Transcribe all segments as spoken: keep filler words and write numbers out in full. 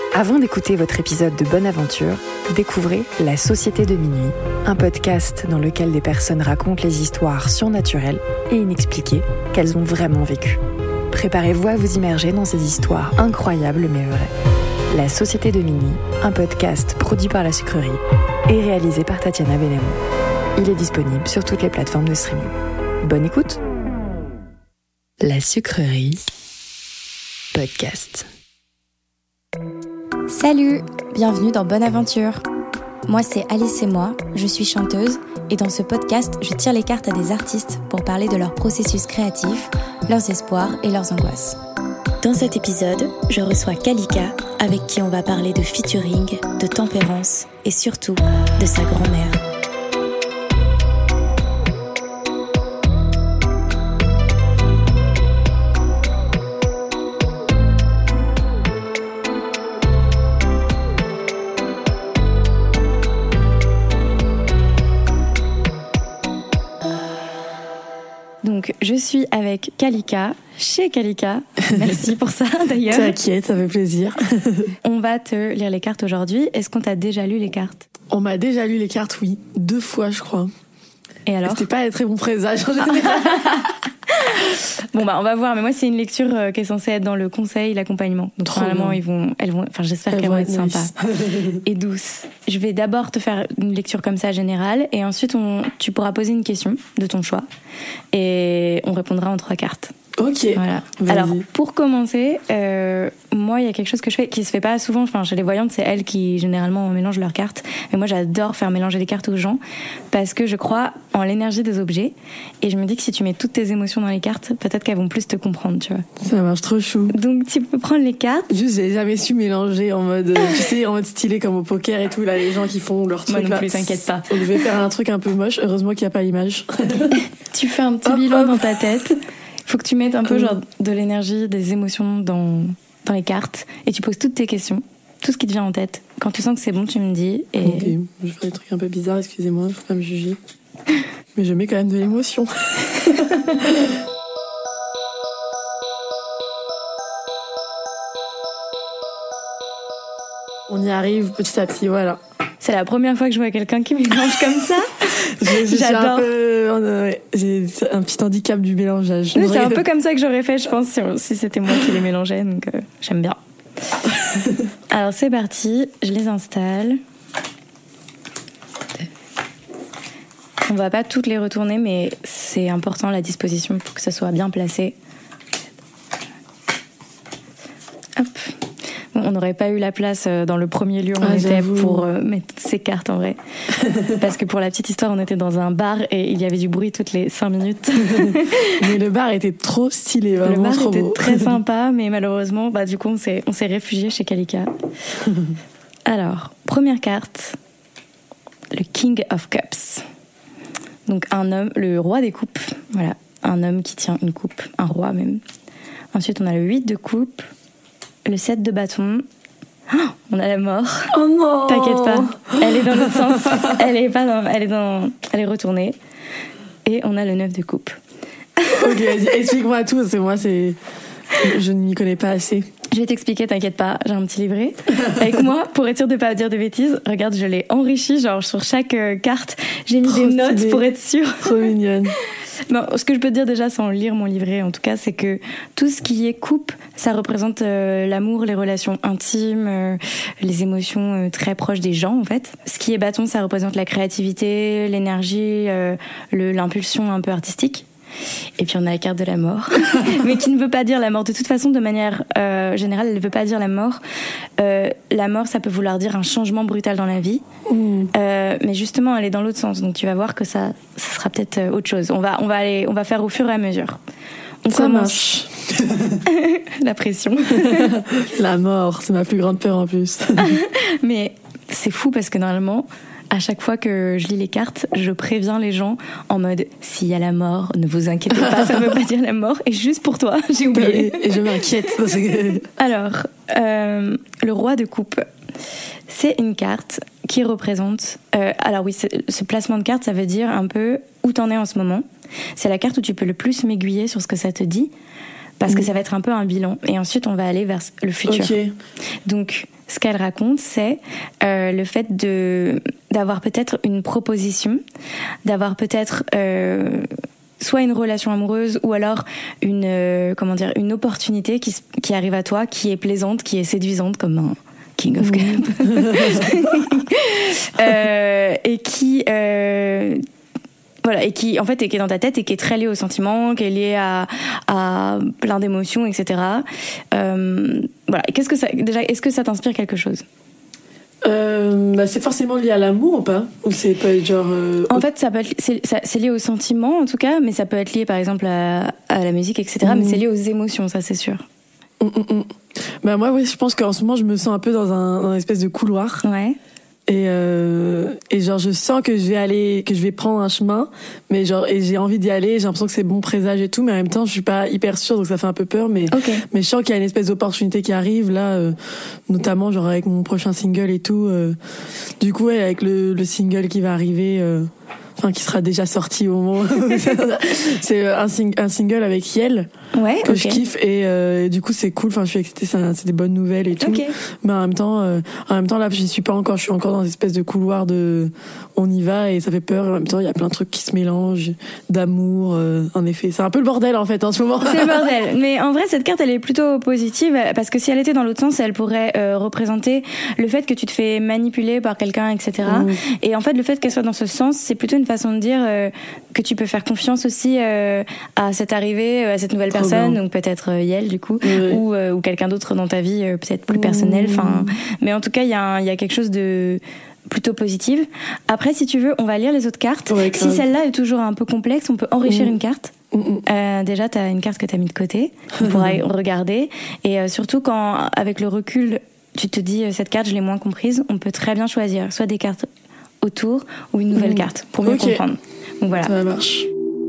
Avant d'écouter votre épisode de Bonne Aventure, découvrez La Société de Minuit, un podcast dans lequel des personnes racontent les histoires surnaturelles et inexpliquées qu'elles ont vraiment vécues. Préparez-vous à vous immerger dans ces histoires incroyables mais vraies. La Société de Minuit, un podcast produit par La Sucrerie et réalisé par Tatiana Benamou. Il est disponible sur toutes les plateformes de streaming. Bonne écoute! La Sucrerie Podcast. Salut, bienvenue dans Bonne Aventure. Moi c'est Alice et moi, je suis chanteuse et dans ce podcast je tire les cartes à des artistes pour parler de leur processus créatif, leurs espoirs et leurs angoisses. Dans cet épisode, je reçois Kalika avec qui on va parler de featuring, de tempérance et surtout de sa grand-mère. Donc, je suis avec Kalika, chez Kalika. Merci pour ça, d'ailleurs. T'inquiète, ça fait plaisir. On va te lire les cartes aujourd'hui. Est-ce qu'on t'a déjà lu les cartes ? On m'a déjà lu les cartes, oui. Deux fois, je crois. Et alors ? C'était pas un très bon présage. Bon, bah, on va voir. Mais moi, c'est une lecture euh, qui est censée être dans le conseil, l'accompagnement. Donc, Trop normalement, bien. ils vont, elles vont, enfin, j'espère Elles qu'elles vont vont être être nice. sympas et douces. Je vais d'abord te faire une lecture comme ça, générale. Et ensuite, on, tu pourras poser une question de ton choix. Et on répondra en trois cartes. Ok. Voilà. Vas-y. Alors, pour commencer, euh, moi, il y a quelque chose que je fais qui se fait pas souvent. Enfin, chez les voyantes, c'est elles qui généralement mélangent leurs cartes. Mais moi, j'adore faire mélanger les cartes aux gens parce que je crois en l'énergie des objets. Et je me dis que si tu mets toutes tes émotions dans les cartes, peut-être qu'elles vont plus te comprendre, tu vois. Ça marche trop chou. Donc, tu peux prendre les cartes. Juste, j'ai jamais su mélanger en mode, euh, tu sais, en mode stylé comme au poker et tout, là, les gens qui font leur truc. Moi non là. plus, t'inquiète pas. Donc, je vais faire un truc un peu moche. Heureusement qu'il n'y a pas l'image. Tu fais un petit Hop, bilan hop. dans ta tête. Faut que tu mettes un peu Hum. genre de l'énergie, des émotions dans, dans les cartes. Et tu poses toutes tes questions, tout ce qui te vient en tête. Quand tu sens que c'est bon, tu me dis. Et... Ok. Je ferai des trucs un peu bizarres, excusez-moi, faut pas me juger. Mais je mets quand même de l'émotion. On y arrive petit à petit, voilà. C'est la première fois que je vois quelqu'un qui mélange comme ça. Je, je suis un J'adore. peu, euh, ouais, j'ai un petit handicap du mélangeage. Oui, c'est un peu comme ça que j'aurais fait, je pense, si, si c'était moi qui les mélangeais. Donc, euh, j'aime bien. Alors, c'est parti. Je les installe. On va pas toutes les retourner, mais c'est important la disposition pour que ça soit bien placé. Hop. Bon, on n'aurait pas eu la place euh, dans le premier lieu où on Ah, était j'avoue. pour euh, mettre ces cartes en vrai. Parce que pour la petite histoire, on était dans un bar et il y avait du bruit toutes les cinq minutes. Mais le bar était trop stylé, vraiment Le bar trop était beau. très sympa, mais malheureusement, bah, du coup, on s'est, on s'est réfugié chez Kalika. Alors, première carte, le King of Cups. Donc, un homme, le roi des coupes. Voilà, un homme qui tient une coupe, un roi même. Ensuite, on a le huit de coupe, le sept de bâton. Oh, on a la mort. Oh non. T'inquiète pas, elle est dans l'autre sens. Elle est pas dans, elle est dans, elle est retournée. Et on a le neuf de coupe. Ok, vas-y, explique-moi tout, parce que moi, c'est... je ne m'y connais pas assez. Je vais t'expliquer, t'inquiète pas, j'ai un petit livret avec moi pour être sûre de pas dire de bêtises. Regarde, je l'ai enrichi, genre sur chaque euh, carte, j'ai mis Trop des notes stylé. pour être sûre. Trop mignonne. Non, ce que je peux te dire déjà sans lire mon livret, en tout cas, c'est que tout ce qui est coupe, ça représente euh, l'amour, les relations intimes, euh, les émotions euh, très proches des gens, en fait. Ce qui est bâton, ça représente la créativité, l'énergie, euh, le, l'impulsion un peu artistique. Et puis on a la carte de la mort, mais qui ne veut pas dire la mort. De toute façon, de manière euh, générale, elle ne veut pas dire la mort. Euh, la mort, ça peut vouloir dire un changement brutal dans la vie. Mmh. Euh, mais justement, elle est dans l'autre sens. Donc tu vas voir que ça, ça sera peut-être euh, autre chose. On va, on va aller, on va faire au fur et à mesure. On Ça commence. La pression. La mort, c'est ma plus grande peur en plus. Mais c'est fou parce que normalement, à chaque fois que je lis les cartes, je préviens les gens en mode s'il y a la mort, ne vous inquiétez pas, ça ne veut pas dire la mort. Et juste pour toi, j'ai oublié. Et je m'inquiète. Parce que... Alors, euh, le roi de coupe, c'est une carte qui représente... Euh, alors oui, ce placement de carte, ça veut dire un peu où t'en es en ce moment. C'est la carte où tu peux le plus m'aiguiller sur ce que ça te dit. parce mmh. que ça va être un peu un bilan. Et ensuite, on va aller vers le futur. Okay. Donc, ce qu'elle raconte, c'est euh, le fait de d'avoir peut-être une proposition, d'avoir peut-être euh, soit une relation amoureuse ou alors une euh, comment dire une opportunité qui qui arrive à toi, qui est plaisante, qui est séduisante comme un King of Cup, euh, et qui euh, voilà, et qui en fait est qui est dans ta tête et qui est très liée aux sentiments, qui est liée à à plein d'émotions, et cetera. Euh, voilà. Et qu'est-ce que ça déjà est-ce que ça t'inspire quelque chose? Euh, bah c'est forcément lié à l'amour ou pas? Ou c'est pas genre euh... En fait, ça peut être c'est, ça, c'est lié aux sentiments en tout cas, mais ça peut être lié par exemple à, à la musique, et cetera. Mmh. Mais c'est lié aux émotions, ça c'est sûr. Mmh, mmh. Bah moi oui, je pense qu'en ce moment je me sens un peu dans un, dans un espèce de couloir. Ouais. Et euh, et genre je sens que je vais aller que je vais prendre un chemin, mais genre et j'ai envie d'y aller, j'ai l'impression que c'est bon présage et tout, mais en même temps je suis pas hyper sûre, donc ça fait un peu peur, mais okay. mais je sens qu'il y a une espèce d'opportunité qui arrive là, euh, notamment genre avec mon prochain single et tout. Euh, du coup ouais, avec le le single qui va arriver. Euh, Enfin, qui sera déjà sorti au moment. C'est un, sing- un single avec Yel ouais, que okay. je kiffe et euh, du coup c'est cool. Enfin, je suis excitée, c'est, c'est des bonnes nouvelles et tout. Okay. Mais en même temps, euh, en même temps là, j'y suis pas encore. Je suis encore dans une espèce de couloir de, on y va et ça fait peur. En même temps, il y a plein de trucs qui se mélangent, d'amour. Euh, en effet, c'est un peu le bordel en fait en ce moment. C'est le bordel. Mais en vrai, cette carte, elle est plutôt positive parce que si elle était dans l'autre sens, elle pourrait euh, représenter le fait que tu te fais manipuler par quelqu'un, et cetera. Mmh. Et en fait, le fait qu'elle soit dans ce sens, c'est plutôt une façon de dire euh, que tu peux faire confiance aussi euh, à cette arrivée, à cette nouvelle personne, donc peut-être euh, Yel du coup, oui. ou, euh, ou quelqu'un d'autre dans ta vie, euh, peut-être plus personnel. Enfin, mais en tout cas, il y a il y a quelque chose de plutôt positif. Après, si tu veux, on va lire les autres cartes. Ouais, si celle-là est toujours un peu complexe, on peut enrichir mmh. une carte. Mmh. Euh, déjà, t'as une carte que t'as mis de côté, on pourra regarder. Et euh, surtout quand, avec le recul, tu te dis euh, cette carte, je l'ai moins comprise, on peut très bien choisir soit des cartes autour ou une nouvelle mmh. carte pour mieux okay. comprendre. Donc voilà. Ça marche.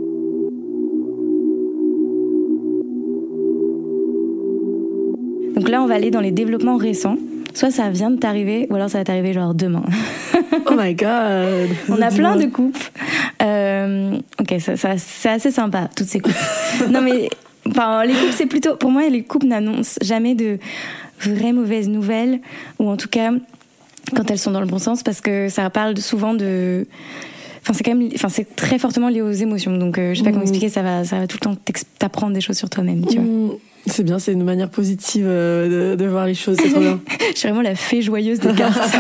Donc là, on va aller dans les développements récents. Soit ça vient de t'arriver, ou alors ça va t'arriver genre demain. Oh my god. On a plein de coupes. Euh, ok, ça, ça, c'est assez sympa, toutes ces coupes. Non mais, enfin, les coupes, c'est plutôt, pour moi, les coupes n'annoncent jamais de vraies mauvaises nouvelles, ou en tout cas, quand elles sont dans le bon sens, parce que ça parle souvent de... Enfin, c'est quand même, enfin, c'est très fortement lié aux émotions. Donc, euh, je sais pas mmh. comment expliquer, ça va, ça va tout le temps t'apprendre des choses sur toi-même, tu vois. Mmh. C'est bien, c'est une manière positive de, de voir les choses, c'est trop bien. Je suis vraiment la fée joyeuse des cartes.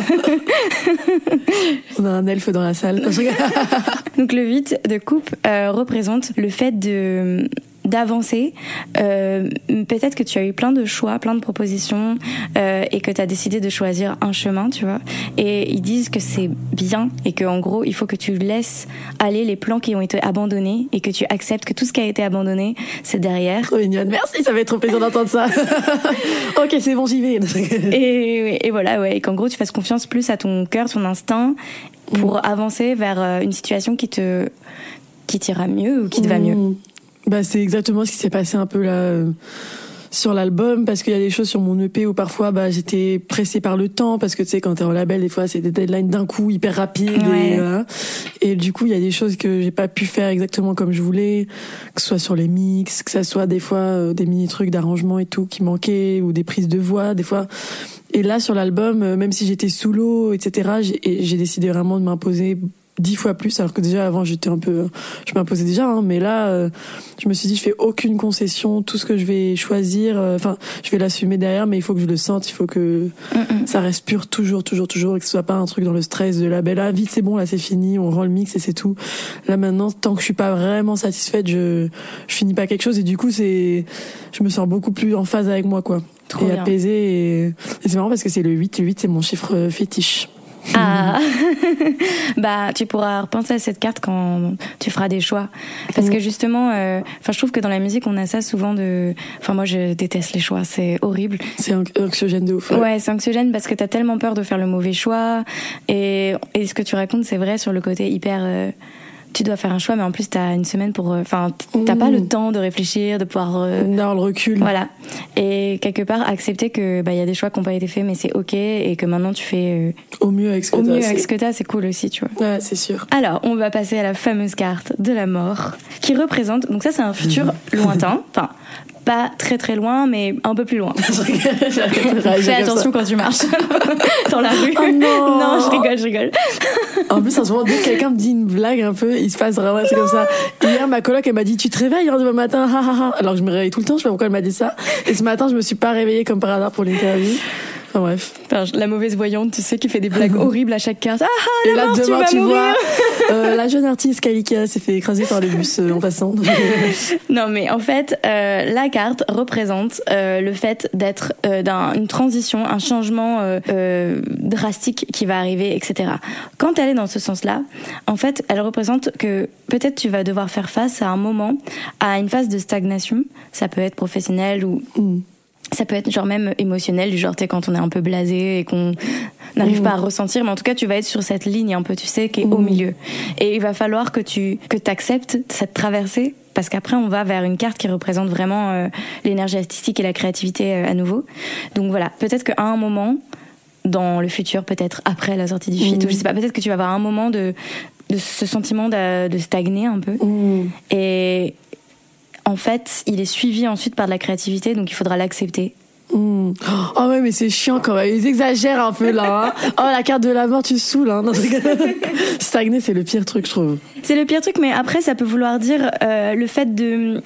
On a un elfe dans la salle. Donc, le huit de coupe euh, représente le fait de... d'avancer. Euh, peut-être que tu as eu plein de choix, plein de propositions euh, et que tu as décidé de choisir un chemin, tu vois. Et ils disent que c'est bien et que en gros, il faut que tu laisses aller les plans qui ont été abandonnés et que tu acceptes que tout ce qui a été abandonné, c'est derrière. Trop mignonne. Merci, ça va être trop plaisir d'entendre ça. Ok, c'est bon, j'y vais. et, et voilà, ouais. Et qu'en gros, tu fasses confiance plus à ton cœur, ton instinct pour mmh. avancer vers une situation qui te qui t'ira mieux ou qui te va mieux. Mmh. Bah c'est exactement ce qui s'est passé un peu là euh, sur l'album, parce qu'il y a des choses sur mon E P où parfois bah j'étais pressée par le temps, parce que tu sais quand t'es en label des fois c'est des deadlines d'un coup hyper rapides ouais. et, euh, et du coup il y a des choses que j'ai pas pu faire exactement comme je voulais, que ce soit sur les mix, que ça soit des fois euh, des mini trucs d'arrangement et tout qui manquaient, ou des prises de voix des fois. Et là sur l'album, euh, même si j'étais sous l'eau, et cetera, j'ai, j'ai décidé vraiment de m'imposer dix fois plus, alors que déjà avant j'étais un peu, je m'imposais déjà, hein, mais là euh, je me suis dit je fais aucune concession, tout ce que je vais choisir, enfin euh, je vais l'assumer derrière, mais il faut que je le sente, il faut que Mm-mm. ça reste pur toujours, toujours, toujours, et que ce soit pas un truc dans le stress de la belle, ah vite c'est bon, là c'est fini, on rend le mix et c'est tout. Là maintenant, tant que je suis pas vraiment satisfaite, je je finis pas quelque chose, et du coup c'est, je me sens beaucoup plus en phase avec moi, quoi. Trop et bien. Apaisée, et, et c'est marrant parce que c'est le huit, le huit c'est mon chiffre fétiche. Ah, bah tu pourras repenser à cette carte quand tu feras des choix, parce mmh. que justement, enfin euh, je trouve que dans la musique on a ça souvent de, enfin moi je déteste les choix, c'est horrible. C'est anxiogène de ouf. Ouais, ouais c'est anxiogène parce que t'as tellement peur de faire le mauvais choix, et et ce que tu racontes c'est vrai sur le côté hyper. Euh, tu dois faire un choix, mais en plus t'as une semaine pour, enfin t'as mmh. pas le temps de réfléchir, de pouvoir euh, non, le recul, voilà, et quelque part accepter que bah il y a des choix qui n'ont pas été faits, mais c'est ok, et que maintenant tu fais euh, au mieux avec ce que au t'as, mieux c'est... avec ce que t'as, c'est cool aussi, tu vois. Ouais, c'est sûr. Alors on va passer à la fameuse carte de la mort, qui représente, donc ça c'est un futur lointain, enfin pas très très loin, mais un peu plus loin. Fais attention quand tu marches dans la rue. Oh non. Non, je rigole, je rigole. En plus, en ce moment, dès que quelqu'un me dit une blague un peu, il se passe vraiment, c'est comme ça. Hier, ma coloc, elle m'a dit, tu te réveilles hein, demain matin, ha, ha, ha. Alors je me réveille tout le temps, je sais pas pourquoi elle m'a dit ça. Et ce matin, je me suis pas réveillée comme par hasard pour l'interview. Enfin bref. Enfin, la mauvaise voyante, tu sais, qui fait des blagues horribles à chaque carte. Ah, ah, et là, mort, demain, tu, tu vas vois, euh, la jeune artiste Kalika s'est fait écraser par le bus euh, en passant. Non, mais en fait, euh, la carte représente euh, le fait d'être euh, dans une transition, un changement euh, euh, drastique qui va arriver, et cetera. Quand elle est dans ce sens-là, en fait, elle représente que peut-être tu vas devoir faire face à un moment, à une phase de stagnation. Ça peut être professionnel ou... Mm. Ça peut être genre même émotionnel, du genre t'es quand on est un peu blasé et qu'on n'arrive mmh. pas à ressentir, mais en tout cas tu vas être sur cette ligne un peu, tu sais, qui est mmh. au milieu. Et il va falloir que tu que t'acceptes cette traversée, parce qu'après on va vers une carte qui représente vraiment euh, l'énergie artistique et la créativité euh, à nouveau. Donc voilà, peut-être qu'à un moment, dans le futur, peut-être après la sortie du feat, mmh. ou je sais pas, peut-être que tu vas avoir un moment de, de ce sentiment de, de stagner un peu. Mmh. Et... en fait, il est suivi ensuite par de la créativité, donc il faudra l'accepter. Mmh. Oh ouais, mais c'est chiant quand même. Ils exagèrent un peu là. Hein. Oh, la carte de la mort, tu saoules. Hein. Stagner, c'est le pire truc, je trouve. C'est le pire truc, mais après, ça peut vouloir dire euh, le fait de...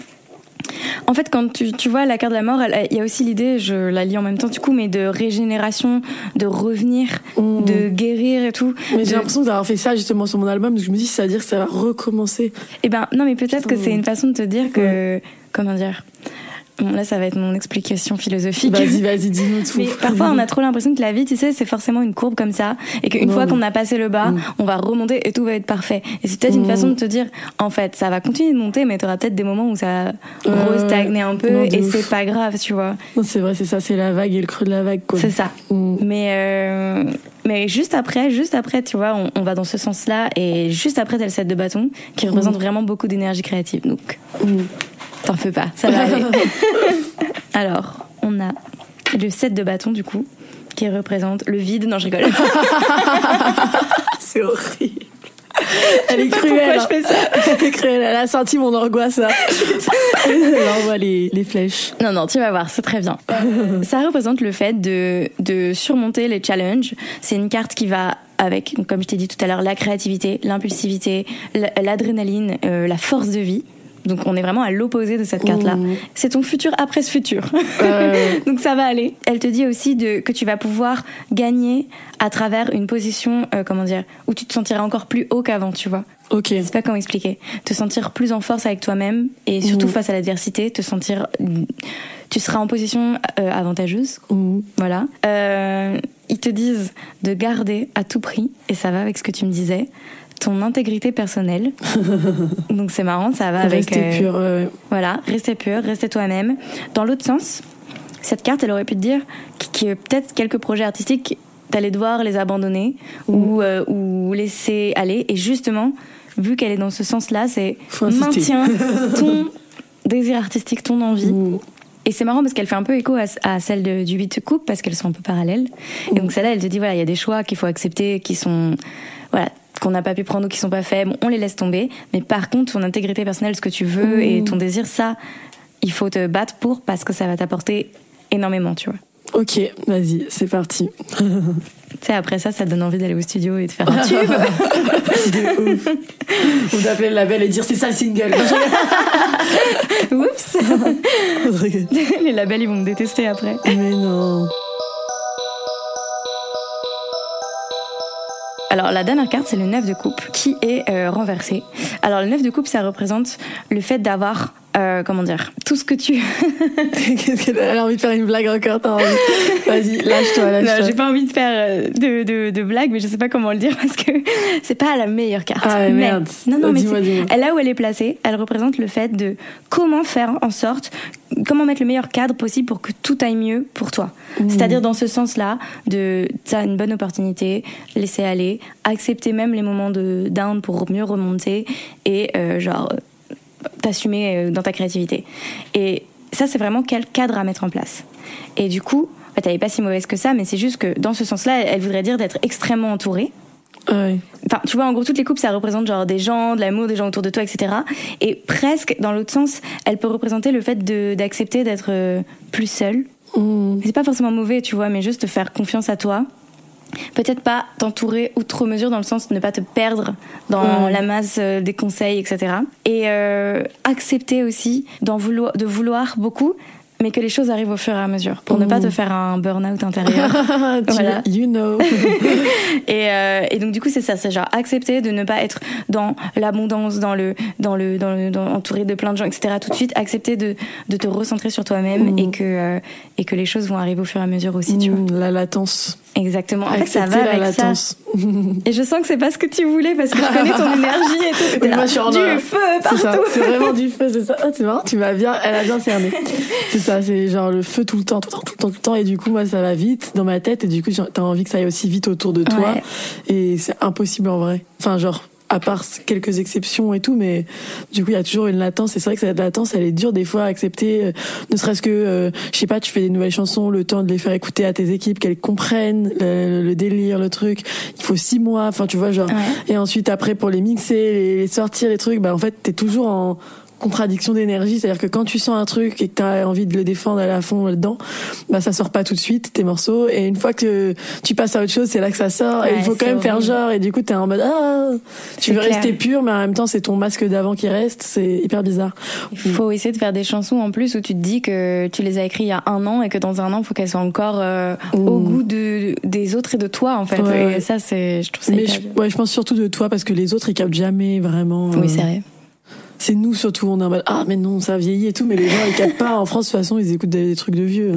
En fait, quand tu, tu vois la carte de la mort, il y a aussi l'idée, je la lis en même temps du coup, mais de régénération, de revenir, mmh. de guérir et tout. Mais de... j'ai l'impression d'avoir fait ça justement sur mon album, parce que je me dis, ça veut dire que ça va recommencer. Eh ben, non, mais peut-être Putain. que c'est une façon de te dire que... Ouais. Comment dire ? Bon, là, ça va être mon explication philosophique. Vas-y, vas-y, dis-nous tout. Mais parfois, on a trop l'impression que la vie, tu sais, c'est forcément une courbe comme ça, et qu'une non, fois mais... qu'on a passé le bas, mmh. on va remonter et tout va être parfait. Et c'est peut-être mmh. une façon de te dire, en fait, ça va continuer de monter, mais t'auras peut-être des moments où ça va euh, restagner un peu, non, et ouf. C'est pas grave, tu vois. Non, c'est vrai, c'est ça, c'est la vague et le creux de la vague, quoi. C'est ça. Mmh. Mais, euh, mais juste après, juste après, tu vois, on, on va dans ce sens-là, et juste après, t'as le set de bâton, qui représente mmh. vraiment beaucoup d'énergie créative, donc. Mmh. T'en fais pas, ça va aller. Alors, on a le sept de bâton, du coup, qui représente le vide. Non, je rigole. C'est horrible. Elle est cruelle. Pourquoi je fais ça ? Elle est cruelle. Elle a senti mon angoisse, là. Elle envoie les, les flèches. Non, non, tu vas voir, c'est très bien. Ça représente le fait de, de surmonter les challenges. C'est une carte qui va avec, comme je t'ai dit tout à l'heure, la créativité, l'impulsivité, l'adrénaline, euh, la force de vie. Donc on est vraiment à l'opposé de cette carte-là. Mmh. C'est ton futur après ce futur. Euh... Donc ça va aller. Elle te dit aussi de, que tu vas pouvoir gagner à travers une position, euh, comment dire, où tu te sentiras encore plus haut qu'avant, tu vois. Ok. Je sais pas comment expliquer. Te sentir plus en force avec toi-même et surtout mmh. face à l'adversité, te sentir... Tu seras en position euh, avantageuse. Mmh. Voilà. Euh, ils te disent de garder à tout prix, et ça va avec ce que tu me disais, ton intégrité personnelle. Donc c'est marrant, ça va avec... Rester euh, pur. Euh... Voilà, rester pur, rester toi-même. Dans l'autre sens, cette carte, elle aurait pu te dire que peut-être quelques projets artistiques, t'allais devoir les abandonner mmh. ou, euh, ou laisser aller. Et justement, vu qu'elle est dans ce sens-là, c'est maintiens ton désir artistique, ton envie. Mmh. Et c'est marrant parce qu'elle fait un peu écho à, à celle de, du huit de coupe, parce qu'elles sont un peu parallèles. Mmh. Et donc celle-là, elle te dit, voilà, il y a des choix qu'il faut accepter, qui sont... Voilà, qu'on n'a pas pu prendre ou qui sont pas faits, bon, on les laisse tomber. Mais par contre, ton intégrité personnelle, ce que tu veux mmh. et ton désir, ça, il faut te battre pour, parce que ça va t'apporter énormément, tu vois. Ok, vas-y, c'est parti. Tu sais, après ça, ça te donne envie d'aller au studio et de faire un tube. De ouf. Ou d'appeler le label et dire c'est ça le single. Oups. Les labels, ils vont me détester après. Mais non. Alors la dernière carte, c'est le neuf de coupe qui est euh, renversé. Alors le neuf de coupe, ça représente le fait d'avoir, euh, comment dire, tout ce que tu... Qu'est-ce qu'elle a envie de faire une blague encore, t'as envie. Vas-y, lâche-toi, lâche-toi. Non, j'ai pas envie de faire de, de, de blague, mais je sais pas comment le dire parce que c'est pas la meilleure carte. Ah ouais, mais, merde. Non, non, oh, mais dis-moi, dis-moi. Elle, là où elle est placée, elle représente le fait de comment faire en sorte, comment mettre le meilleur cadre possible pour que tout aille mieux pour toi. Mmh. C'est-à-dire dans ce sens-là, de ça, une bonne opportunité, laisser aller, accepter même les moments de down pour mieux remonter et euh, genre t'assumer dans ta créativité. Et ça, c'est vraiment quel cadre à mettre en place. Et du coup, bah, t'avais pas si mauvaise que ça, mais c'est juste que dans ce sens-là, elle voudrait dire d'être extrêmement entourée. Ouais. Enfin, tu vois, en gros, toutes les coupes, ça représente genre des gens, de l'amour, des gens autour de toi, et cetera. Et presque, dans l'autre sens, elle peut représenter le fait de, d'accepter d'être euh, plus seule. Mmh. C'est pas forcément mauvais, tu vois, mais juste te faire confiance à toi. Peut-être pas t'entourer outre mesure, dans le sens de ne pas te perdre dans mmh. la masse euh, des conseils, et cetera. Et euh, accepter aussi d'en vouloir, de vouloir beaucoup, mais que les choses arrivent au fur et à mesure, pour mmh. ne pas te faire un burn-out intérieur. Voilà. You know. et, euh, et donc du coup c'est ça, c'est genre accepter de ne pas être dans l'abondance, dans le, dans le, dans le, dans, entouré de plein de gens, et cetera. Tout de suite, accepter de, de te recentrer sur toi-même mmh. et que euh, et que les choses vont arriver au fur et à mesure aussi, mmh. tu vois. La latence. Exactement. En accepter fait, ça va la avec latence. Ça. Et je sens que c'est pas ce que tu voulais parce que je connais ton énergie et tout. Oui, moi, je suis en du un... feu partout. C'est ça. C'est vraiment du feu, c'est ça. Oh, c'est marrant, tu m'as bien, elle a bien cerné. C'est ça, c'est genre le feu tout le temps, tout le temps, tout le temps, tout le temps. Et du coup, moi, ça va vite dans ma tête et du coup, t'as envie que ça aille aussi vite autour de toi. Ouais. Et c'est impossible en vrai. Enfin, genre, à part quelques exceptions et tout, mais du coup il y a toujours une latence, et c'est vrai que cette latence elle est dure des fois à accepter, euh, ne serait-ce que euh, je sais pas, tu fais des nouvelles chansons, le temps de les faire écouter à tes équipes, qu'elles comprennent le, le délire, le truc, il faut six mois, enfin tu vois genre, ouais. Et ensuite après pour les mixer, les, les sortir, les trucs, bah en fait t'es toujours en contradiction d'énergie, c'est-à-dire que quand tu sens un truc et que t'as envie de le défendre à fond là-dedans, bah ça sort pas tout de suite tes morceaux, et une fois que tu passes à autre chose, c'est là que ça sort, ouais, et il faut quand même horrible. Faire genre, et du coup t'es en mode ah, tu veux clair. Rester pur, mais en même temps c'est ton masque d'avant qui reste, c'est hyper bizarre. Il faut essayer de faire des chansons en plus où tu te dis que tu les as écrites il y a un an et que dans un an il faut qu'elles soient encore euh, mmh. au goût de des autres et de toi en fait, ouais, et ouais. ça c'est, je trouve ça mais hyper je, bien. Ouais, je pense surtout de toi parce que les autres ils captent jamais vraiment. Oui, euh... c'est vrai. C'est nous surtout, on est en mode ah mais non ça vieillit et tout, mais les gens ils captent pas. En France de toute façon ils écoutent des, des trucs de vieux.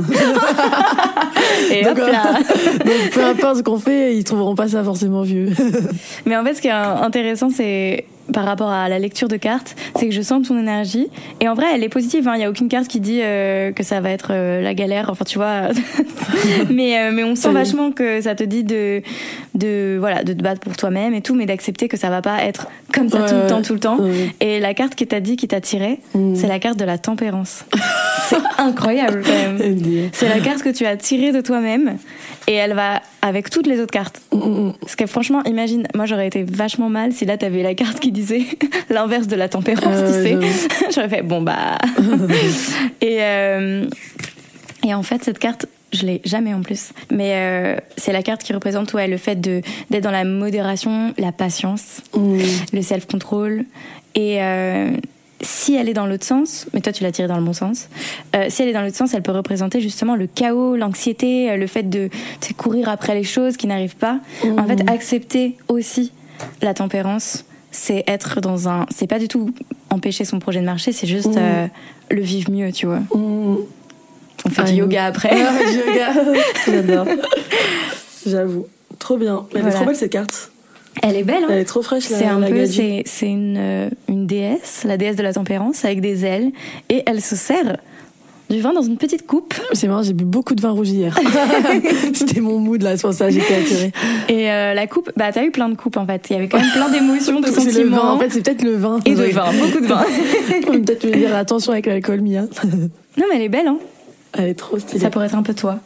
Et donc, hop là. Donc peu importe ce qu'on fait, ils trouveront pas ça forcément vieux. Mais en fait ce qui est intéressant c'est par rapport à la lecture de cartes, c'est que je sens ton énergie, et en vrai elle est positive, il hein, y a aucune carte qui dit euh, que ça va être euh, la galère, enfin tu vois. mais euh, mais on sent vachement que ça te dit de de voilà de te battre pour toi-même et tout, mais d'accepter que ça va pas être comme ça ouais, tout le temps tout le temps. Ouais. Et la carte qui t'a dit, qui t'a tiré, mmh. c'est la carte de la tempérance. C'est incroyable quand même. C'est la carte que tu as tirée de toi-même, et elle va avec toutes les autres cartes. Mmh. Parce que franchement, imagine, moi j'aurais été vachement mal si là t'avais la carte qui disait l'inverse de la tempérance, euh, tu sais. J'aurais fait bon bah. et euh, et en fait cette carte, je l'ai jamais en plus, mais euh, c'est la carte qui représente ouais le fait de d'être dans la modération, la patience, mmh. le self-control, et euh, si elle est dans l'autre sens, mais toi tu l'as tirée dans le bon sens, euh, si elle est dans l'autre sens, elle peut représenter justement le chaos, l'anxiété, le fait de, de courir après les choses qui n'arrivent pas. Mmh. En fait, accepter aussi la tempérance, c'est être dans un, c'est pas du tout empêcher son projet de marcher, c'est juste mmh. euh, le vivre mieux, tu vois. Mmh. On fait ah, du yoga après. Ah, yoga, j'adore. J'avoue, trop bien. Elle voilà. est trop belle cette carte. Elle est belle, hein. Elle est trop fraîche. C'est la, un la peu, c'est, c'est une une déesse, la déesse de la tempérance, avec des ailes, et elle se sert du vin dans une petite coupe. C'est marrant, j'ai bu beaucoup de vin rouge hier. C'était mon mood là, c'est pour ça j'étais attirée. Et euh, la coupe, bah t'as eu plein de coupes en fait. Il y avait quand même plein d'émotions, de c'est sentiments. Le vin, en fait, c'est peut-être le vin. Et de vin, beaucoup de vin. Peut-être me dire attention avec l'alcool, Mia. Non mais elle est belle, hein. Elle est trop stylée. Ça pourrait être un peu toi.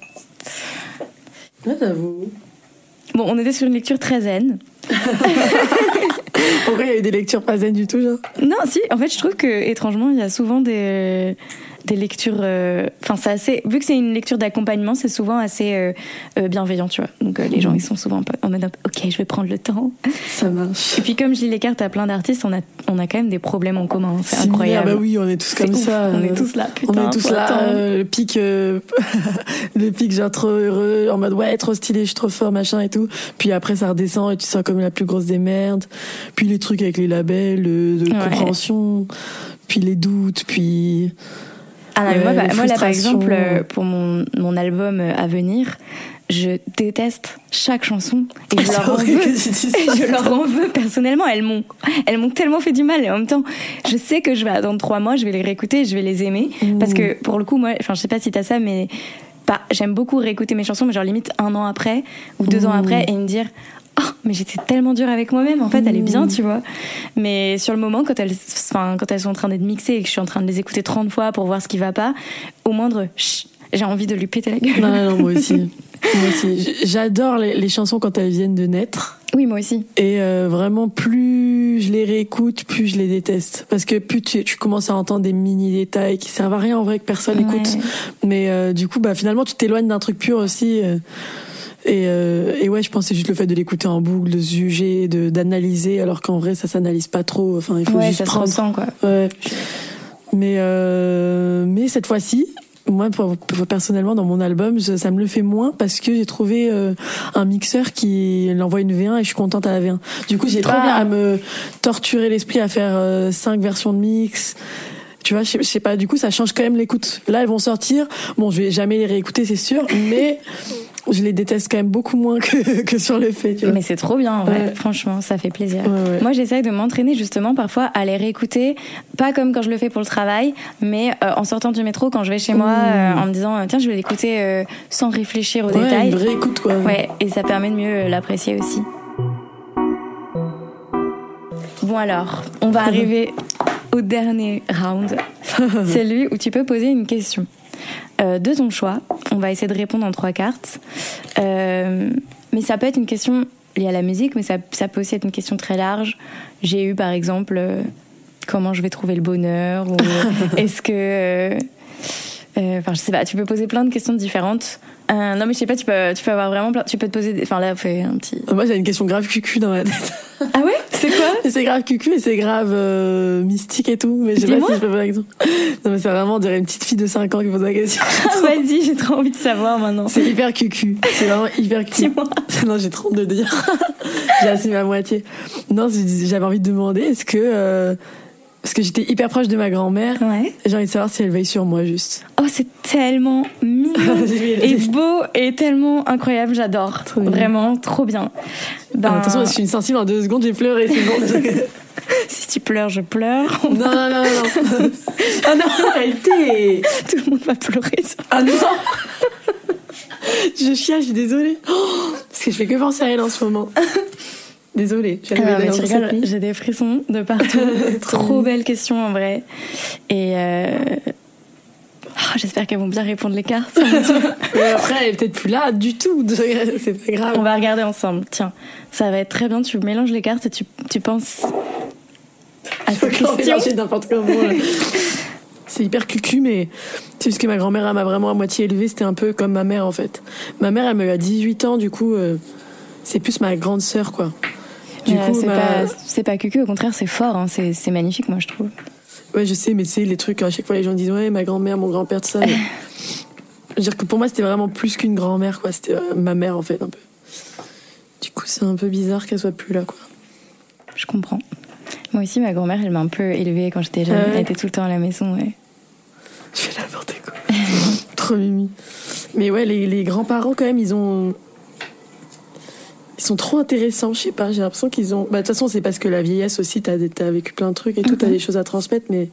Ouais, j'avoue. Bon, on était sur une lecture très zen. Pourquoi il y a eu des lectures pas zen du tout, genre? Non, si, en fait, je trouve que étrangement, il y a souvent des des lectures. Enfin, euh, c'est assez. Vu que c'est une lecture d'accompagnement, c'est souvent assez euh, euh, bienveillant, tu vois. Donc euh, les gens, ils sont souvent en mode ok, je vais prendre le temps. Ça marche. Et puis comme je lis les cartes à plein d'artistes, on a on a quand même des problèmes en commun. C'est Similaire, incroyable. Bah oui, on est tous c'est comme ouf. ça. On est tous là. Putain, on est tous là. Euh, le pic, euh, le pic, genre trop heureux, en mode ouais, trop stylé, je suis trop fort, machin et tout. Puis après, ça redescend et tu sens comme la plus grosse des merdes. Puis les trucs avec les labels de, de ouais. compréhension. Puis les doutes. Puis ah non, mais moi, bah, moi là par exemple pour mon mon album à venir, je déteste chaque chanson et je ah, leur en veux. Je leur en veux personnellement. Elles m'ont elles m'ont tellement fait du mal, et en même temps je sais que je vais attendre trois mois, je vais les réécouter, je vais les aimer mmh. parce que pour le coup moi, enfin je sais pas si t'as ça, mais pas, j'aime beaucoup réécouter mes chansons, mais genre limite un an après ou deux mmh. ans après, et me dire oh, mais j'étais tellement dure avec moi-même, en fait, elle est bien, tu vois. Mais sur le moment, quand elles, enfin, quand elles sont en train d'être mixées et que je suis en train de les écouter trente fois pour voir ce qui va pas, au moindre chut, j'ai envie de lui péter la gueule. Non, non, moi aussi. Moi aussi. J'adore les, les chansons quand elles viennent de naître. Oui, moi aussi. Et euh, vraiment, plus je les réécoute, plus je les déteste. Parce que plus tu, tu commences à entendre des mini-détails qui servent à rien en vrai, que personne Ouais. écoute. Mais euh, du coup, bah finalement, tu t'éloignes d'un truc pur aussi. Euh, et, euh, et ouais, je pense que c'est juste le fait de l'écouter en boucle, de se juger, de, d'analyser, alors qu'en vrai, ça s'analyse pas trop. Enfin, il faut Ouais, juste ça prendre. se ressent, quoi. Ouais. Mais, euh, mais cette fois-ci, moi, pour, pour- personnellement, dans mon album, ça, ça me le fait moins parce que j'ai trouvé euh, un mixeur qui l'envoie une V un et je suis contente à la V un. Du coup, j'ai Trop pas bien. à me torturer l'esprit à faire euh, cinq versions de mix. Tu vois, je sais, je sais pas, du coup, ça change quand même l'écoute. Là, elles vont sortir. Bon, je vais jamais les réécouter, c'est sûr, mais je les déteste quand même beaucoup moins que, que sur le fait, tu vois. Mais c'est trop bien, en vrai. Ouais. Franchement, ça fait plaisir. Ouais, ouais. Moi, j'essaye de m'entraîner justement parfois à les réécouter, pas comme quand je le fais pour le travail, mais euh, en sortant du métro, quand je vais chez moi, Mmh. euh, en me disant euh, tiens, je vais l'écouter euh, sans réfléchir aux Ouais, détails. une vraie écoute, quoi. Ouais, et ça permet de mieux euh, l'apprécier aussi. Bon alors, on va arriver au dernier round, celui où tu peux poser une question. Euh, de ton choix, on va essayer de répondre en trois cartes. Euh, mais ça peut être une question liée à la musique, mais ça, ça peut aussi être une question très large. J'ai eu par exemple euh, comment je vais trouver le bonheur, ou est-ce que... euh, euh, Enfin, je sais pas, tu peux poser plein de questions différentes. Euh, non, mais je sais pas, tu peux, tu peux avoir vraiment plein. Tu peux te poser. Des... Enfin, là, fais un petit. Moi, j'ai une question grave cucu dans ma tête. Ah ouais? C'est quoi? C'est grave cucu et c'est grave euh, mystique et tout, mais je sais pas Dis-moi. si je peux poser la question. Non, mais c'est vraiment, on dirait une petite fille de cinq ans qui pose la question. Ah, vas-y, j'ai trop envie de savoir maintenant. C'est hyper cucu. C'est vraiment hyper cucu. Dis-moi. Non, j'ai trop honte de le dire. J'ai assumé à moitié. Non, j'avais envie de demander, est-ce que... Euh, parce que j'étais hyper proche de ma grand-mère. Ouais. J'ai envie de savoir si elle veille sur moi, juste. Oh, c'est tellement mignon et beau et tellement incroyable, j'adore. Trop mignon. Vraiment, trop bien. Ben, Ah, attention, je suis une sensible en deux secondes, j'ai pleuré, c'est bon. si tu pleures, je pleure. Non, non, non, non. Ah non, arrêtez. Tout le monde va pleurer. Ah non. Je chiale, je suis désolée. Oh, parce que je fais que penser à elle en ce moment. Désolée. Ah, mais tu rigoles, j'ai des frissons de partout. Trop belle question en vrai. Et euh... oh, j'espère qu'elles vont bien répondre les cartes. Mais après, elle est peut-être plus là du tout. C'est pas grave. On va regarder ensemble. Tiens, ça va être très bien. Tu mélanges les cartes et tu, tu penses à cette question. N'importe comment. C'est hyper cucu, mais c'est juste que ma grand-mère, elle m'a vraiment à moitié élevée. C'était un peu comme ma mère, en fait. Ma mère, elle m'a eu à dix-huit ans, du coup, euh, c'est plus ma grande sœur, quoi. Du euh, coup, c'est ma... pas, c'est pas cucu, au contraire, c'est fort. Hein. C'est, c'est magnifique, moi, je trouve. Ouais, je sais, mais tu sais, les trucs, à chaque fois, les gens disent, ouais, ma grand-mère, mon grand-père, tout ça. Mais... je veux dire que pour moi, c'était vraiment plus qu'une grand-mère, quoi. C'était euh, ma mère, en fait, un peu. Du coup, c'est un peu bizarre qu'elle soit plus là, quoi. Je comprends. Moi aussi, ma grand-mère, elle m'a un peu élevée quand j'étais jeune. Ah ouais. Elle était tout le temps à la maison, ouais. Je fais n'importe quoi. Trop mimi. Mais ouais, les, les grands-parents, quand même, ils ont... Ils sont trop intéressants, je sais pas. J'ai l'impression qu'ils ont... Bah, de toute façon, c'est parce que la vieillesse aussi, t'as, t'as vécu plein de trucs et tout, mm-hmm. T'as des choses à transmettre, mais...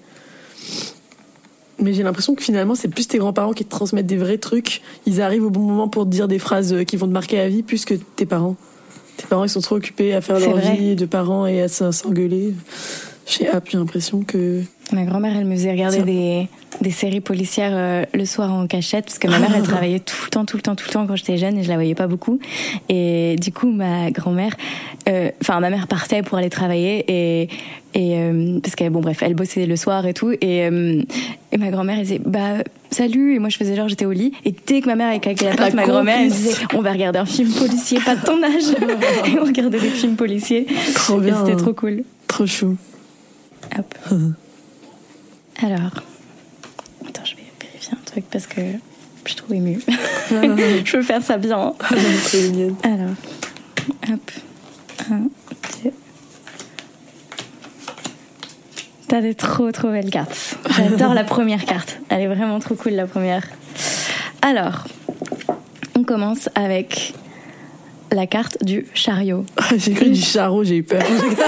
Mais j'ai l'impression que finalement, c'est plus tes grands-parents qui te transmettent des vrais trucs. Ils arrivent au bon moment pour te dire des phrases qui vont te marquer à vie, plus que tes parents. Tes parents, ils sont trop occupés à faire c'est leur vrai. vie de parents et à s'engueuler. J'ai l'impression que... Ma grand-mère, elle me faisait regarder des, des séries policières euh, le soir en cachette, parce que ma mère, elle travaillait tout le temps, tout le temps, tout le temps quand j'étais jeune et je la voyais pas beaucoup. Et du coup, ma grand-mère, enfin, euh, ma mère partait pour aller travailler et, et euh, parce qu'elle, bon, bref, elle bossait le soir et tout. Et, euh, et ma grand-mère, elle disait, bah, salut. Et moi, je faisais genre, j'étais au lit. Et dès que ma mère avait claqué la porte, ma grand-mère, elle disait, on va regarder un film policier, pas de ton âge. Et on regardait des films policiers. Trop bien. Et c'était trop cool. Trop chou. Hop. Alors, attends, je vais vérifier un truc parce que je trouve émue. Je veux faire ça bien. Très mignonne. Alors, hop, un, deux. T'as des trop trop belles cartes. J'adore la première carte. Elle est vraiment trop cool la première. Alors, on commence avec la carte du chariot. J'ai cru du charreau, j'ai eu peur.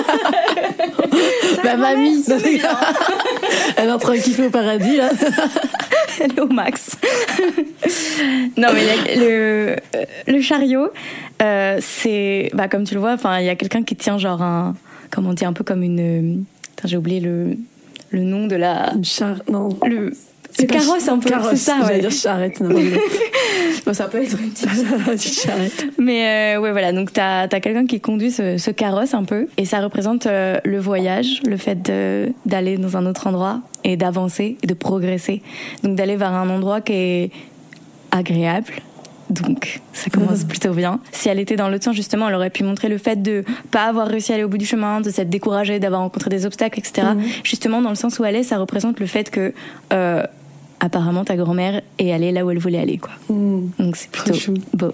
Ma mamie, elle est en train de kiffer au paradis là. Elle est au max. Non mais y a le le chariot, euh, c'est bah comme tu le vois, enfin il y a quelqu'un qui tient genre un, comment dire, un peu comme une, attends, j'ai oublié le le nom de la. Une char... non. Le C'est carrosse un peu, carrosse, c'est ça, ouais. J'allais dire charrette, non. Bon, ça peut être une petite charrette. Mais euh, ouais, voilà, donc t'as, t'as quelqu'un qui conduit ce, ce carrosse un peu, et ça représente euh, le voyage, le fait de, d'aller dans un autre endroit et d'avancer et de progresser. Donc d'aller vers un endroit qui est agréable. Donc, ça commence plutôt bien. Si elle était dans l'autre sens, justement, elle aurait pu montrer le fait de pas avoir réussi à aller au bout du chemin, de s'être découragée, d'avoir rencontré des obstacles, et cetera. Mmh. Justement, dans le sens où elle est, ça représente le fait que, euh, apparemment, ta grand-mère est allée là où elle voulait aller, quoi. Mmh. Donc, c'est plutôt beau.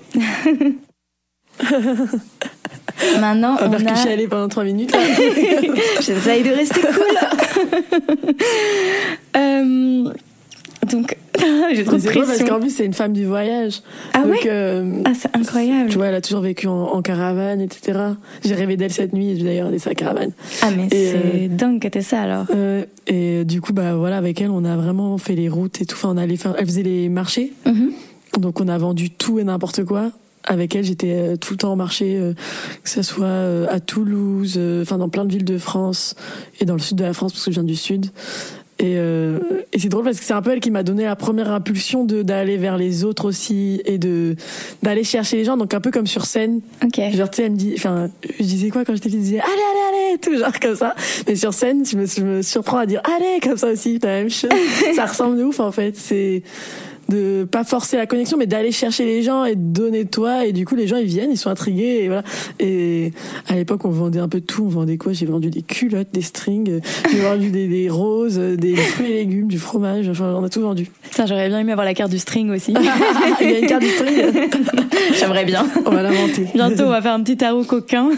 Maintenant, on, on va a... chialer pendant trois minutes. J'essaye de rester cool. euh... Donc, j'ai trop de pression. Parce qu'en plus, c'est une femme du voyage. Ah donc, ouais euh, Ah, c'est incroyable. Tu vois, elle a toujours vécu en, en caravane, et cetera. J'ai rêvé d'elle cette nuit, d'ailleurs, de sa caravane. Ah, mais et c'est euh, dingue que t'es ça, alors. Euh, et du coup, bah voilà, avec elle, on a vraiment fait les routes et tout. Enfin, on allait faire... Elle faisait les marchés. Mm-hmm. Donc, on a vendu tout et n'importe quoi. Avec elle, j'étais euh, tout le temps en marché, euh, que ce soit euh, à Toulouse, enfin euh, dans plein de villes de France, et dans le sud de la France, parce que je viens du sud. Et, euh, et c'est drôle parce que c'est un peu elle qui m'a donné la première impulsion de d'aller vers les autres aussi et de d'aller chercher les gens, donc un peu comme sur scène. Okay. Genre tu sais, elle me dit, enfin je disais quoi quand j'étais petite, je disais allez allez allez, tout genre comme ça. Mais sur scène, je me, je me surprends à dire allez comme ça aussi, la même chose. Ça ressemble de ouf en fait. C'est de pas forcer la connexion, mais d'aller chercher les gens et de donner de toi, et du coup les gens ils viennent, ils sont intrigués, et voilà. Et à l'époque on vendait un peu de tout. On vendait quoi? J'ai vendu des culottes, des strings, j'ai vendu des, des roses, des fruits et légumes, du fromage, enfin on a tout vendu. Putain, j'aurais bien aimé avoir la carte du string aussi. Il y a une carte du string. J'aimerais bien. On va l'inventer. Bientôt on va faire un petit tarot coquin.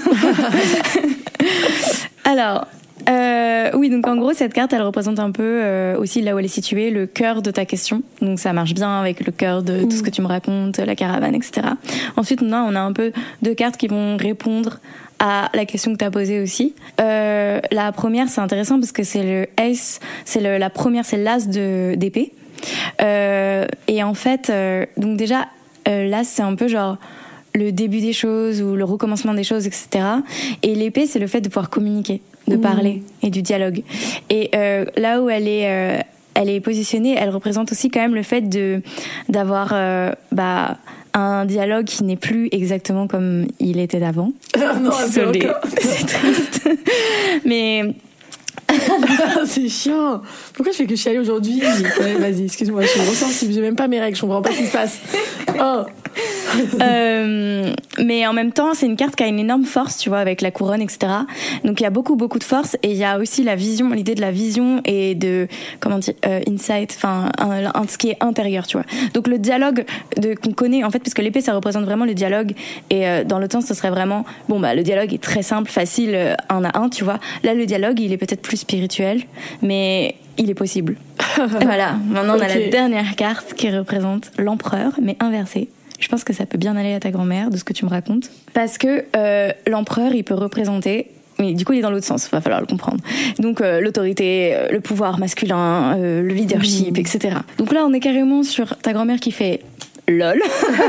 Alors Euh, oui, donc en gros, cette carte, elle représente un peu euh, aussi là où elle est située, le cœur de ta question. Donc ça marche bien avec le cœur de tout ce que tu me racontes, la caravane, et cetera. Ensuite, on a, on a un peu deux cartes qui vont répondre à la question que tu as posée aussi. Euh, la première, c'est intéressant parce que c'est le Ace, c'est le, la première, c'est l'As de, d'épée. Euh, et en fait, euh, donc déjà, euh, l'As, c'est un peu genre le début des choses ou le recommencement des choses, et cetera. Et l'épée, c'est le fait de pouvoir communiquer, de mmh. parler et du dialogue. Et euh, là où elle est, euh, elle est positionnée, elle représente aussi quand même le fait de d'avoir euh, bah un dialogue qui n'est plus exactement comme il était avant. Ah non, désolée, c'est triste. Mais c'est chiant. Pourquoi je fais que chialer aujourd'hui? Ouais, vas-y, excuse-moi, je suis ressensible, j'ai même pas mes règles, je comprends pas ce qui se passe. Oh. euh, mais en même temps, c'est une carte qui a une énorme force, tu vois, avec la couronne, et cetera. Donc il y a beaucoup, beaucoup de force, et il y a aussi la vision, l'idée de la vision et de comment dire, euh, insight, enfin, un, un, ce qui est intérieur, tu vois. Donc le dialogue de, qu'on connaît, en fait, parce que l'épée, ça représente vraiment le dialogue, et euh, dans l'autre sens, ce serait vraiment, bon bah, le dialogue est très simple, facile, euh, un à un, tu vois. Là, le dialogue, il est peut-être plus spirituel, mais il est possible. Voilà. Maintenant, on a okay. la dernière carte qui représente l'empereur, mais inversé. Je pense que ça peut bien aller à ta grand-mère, de ce que tu me racontes. Parce que euh, l'empereur, il peut représenter... Mais du coup, il est dans l'autre sens, il va falloir le comprendre. Donc, euh, l'autorité, euh, le pouvoir masculin, euh, le leadership, mmh. et cetera. Donc là, on est carrément sur ta grand-mère qui fait... lol.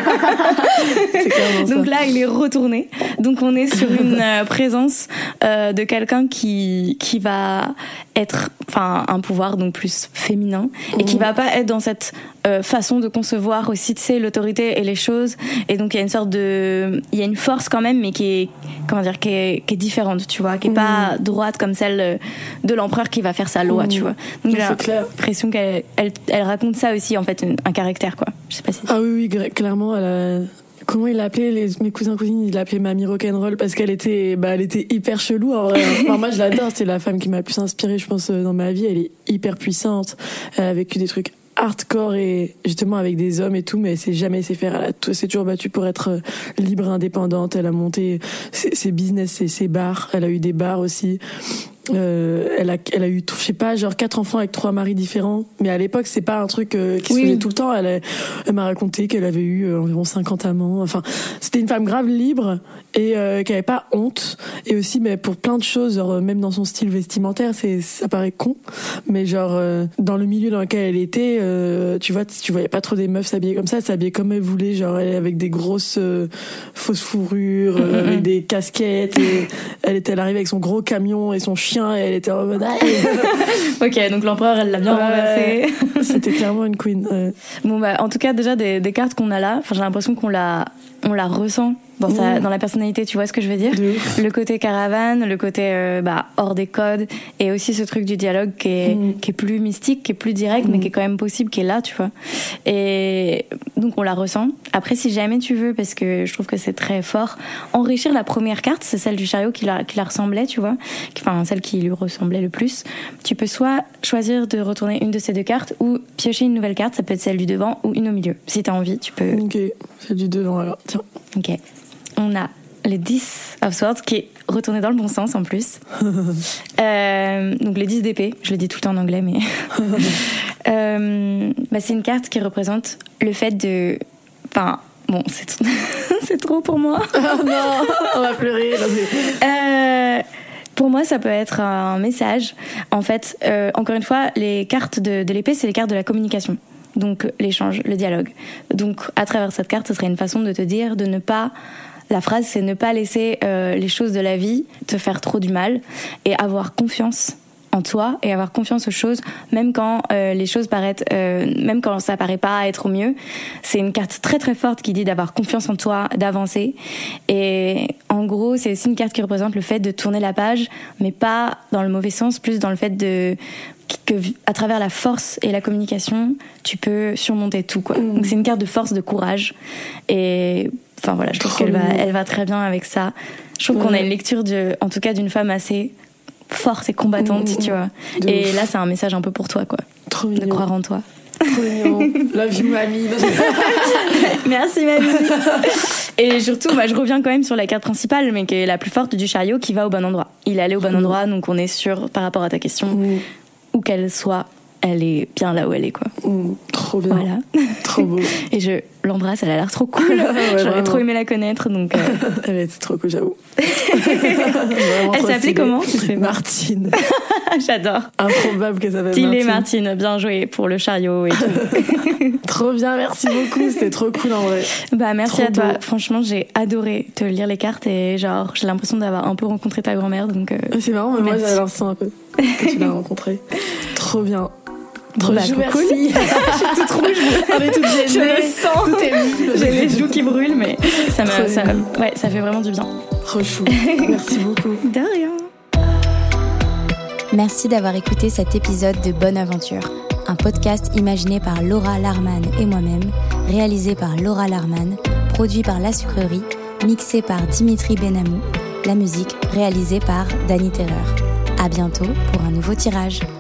C'est donc là, il est retourné. Donc on est sur une euh, présence euh, de quelqu'un qui qui va être, enfin, un pouvoir donc plus féminin et mmh. qui va pas être dans cette euh, façon de concevoir aussi, tu sais, l'autorité et les choses. Et donc il y a une sorte de, il y a une force quand même, mais qui est, comment dire, qui est, qui est différente, tu vois, qui est mmh. pas droite comme celle de l'empereur qui va faire sa loi, mmh. tu vois. Donc j'ai l'impression qu'elle elle, elle raconte ça aussi, en fait, un, un caractère, quoi. Je sais pas si. Ah oui, oui, clairement, elle a... Comment il l'appelait, les... mes cousins cousines, ils l'appelaient Mamie Rock'n'Roll parce qu'elle était, bah, elle était hyper chelou en vrai. Enfin, moi, je l'adore, c'est la femme qui m'a le plus inspirée, je pense, dans ma vie. Elle est hyper puissante. Elle a vécu des trucs hardcore et justement avec des hommes et tout, mais elle s'est jamais laissé faire. Elle s'est toujours battue pour être libre, indépendante. Elle a monté ses, ses business, ses, ses bars. Elle a eu des bars aussi. Euh, elle a, elle a eu, je sais pas, genre quatre enfants avec trois maris différents. Mais à l'époque, c'est pas un truc euh, qui oui. se faisait tout le temps. Elle, a, elle m'a raconté qu'elle avait eu euh, environ cinquante amants. Enfin, c'était une femme grave libre et euh, qui avait pas honte. Et aussi, mais pour plein de choses, genre même dans son style vestimentaire, c'est, ça paraît con, mais genre euh, dans le milieu dans lequel elle était, euh, tu vois, tu voyais pas trop des meufs s'habiller comme ça. Elle s'habillait comme elle voulait, genre elle, avec des grosses euh, fausses fourrures, euh, mm-hmm. avec des casquettes. Et elle était, elle arrivait avec son gros camion et son chien quelqu'un et elle était en mode ok, donc l'empereur, elle l'a bien ouais, renversé. C'était clairement une queen. Ouais. Bon, bah, en tout cas, déjà, des, des cartes qu'on a là, j'ai l'impression qu'on la, on la ressent. Dans, sa, mmh. dans la personnalité, tu vois ce que je veux dire? Le côté caravane, le côté euh, bah, hors des codes, et aussi ce truc du dialogue qui est, mmh. qui est plus mystique, qui est plus direct, mmh. mais qui est quand même possible, qui est là, tu vois. Et donc on la ressent. Après, si jamais tu veux, parce que je trouve que c'est très fort, enrichir la première carte, c'est celle du chariot qui la, qui la ressemblait, tu vois, enfin celle qui lui ressemblait le plus. Tu peux soit choisir de retourner une de ces deux cartes, ou piocher une nouvelle carte, ça peut être celle du devant ou une au milieu. Si t'as envie, tu peux... Ok, celle du devant alors, tiens. Ok. On a le dix of Swords qui est retourné dans le bon sens en plus. euh, donc les dix d'épée, je le dis tout le temps en anglais, mais euh, bah c'est une carte qui représente le fait de, enfin bon c'est t- c'est trop pour moi. Oh non, on va pleurer. euh, Pour moi, ça peut être un message. En fait, euh, encore une fois, les cartes de, de l'épée, c'est les cartes de la communication. Donc l'échange, le dialogue. Donc à travers cette carte, ce serait une façon de te dire de ne pas... La phrase, c'est ne pas laisser euh, les choses de la vie te faire trop du mal et avoir confiance en toi et avoir confiance aux choses, même quand euh, les choses paraissent, euh, même quand ça paraît pas être au mieux. C'est une carte très très forte qui dit d'avoir confiance en toi, d'avancer. Et en gros, c'est aussi une carte qui représente le fait de tourner la page, mais pas dans le mauvais sens, plus dans le fait de que à travers la force et la communication, tu peux surmonter tout, quoi. Mmh. Donc c'est une carte de force, de courage. Et enfin voilà, je trouve Trop qu'elle va, elle va très bien avec ça. Je trouve ouais. qu'on a une lecture de, en tout cas, d'une femme assez forte et combattante, mmh. tu vois. De et ouf. Là, c'est un message un peu pour toi, quoi. Trop de mignon. Croire en toi. Trop mignon. Love you, mamie. Merci, mamie. Et surtout, bah, je reviens quand même sur la carte principale, mais qui est la plus forte du chariot, qui va au bon endroit. Il est allé au bon mmh. endroit, donc on est sûr, par rapport à ta question, mmh. où qu'elle soit, elle est bien là où elle est, quoi. Mmh, trop bien. Voilà. Trop beau. Et je l'embrasse, elle a l'air trop cool. Ouais, J'aurais vraiment. trop aimé la connaître, donc. Euh... Elle était trop cool, j'avoue. Elle s'appelait comment, tu sais? Martine. J'adore. Improbable que ça s'appelle Martine. Martine. Martine, bien joué pour le chariot et tout. Trop bien, merci beaucoup. C'était trop cool en vrai. Bah merci trop à toi. Beau. Franchement, j'ai adoré te lire les cartes et genre j'ai l'impression d'avoir un peu rencontré ta grand-mère, donc. Euh... C'est marrant, mais merci. moi j'avais l'impression un peu que tu l'as rencontrée. Trop bien. Trop bah, chou, merci. Cool. Je suis toute rouge. On est toutes gênées. Je le sens. Tout est mis. J'ai les joues qui brûlent, mais ça me, ça, ouais, ça fait vraiment du bien. Trop chou. Merci beaucoup. De rien. Merci d'avoir écouté cet épisode de Bonne Aventure, un podcast imaginé par Laura Larman et moi-même, réalisé par Laura Larman, produit par La Sucrerie, mixé par Dimitri Benamou, la musique réalisée par Dany Terreur. À bientôt pour un nouveau tirage.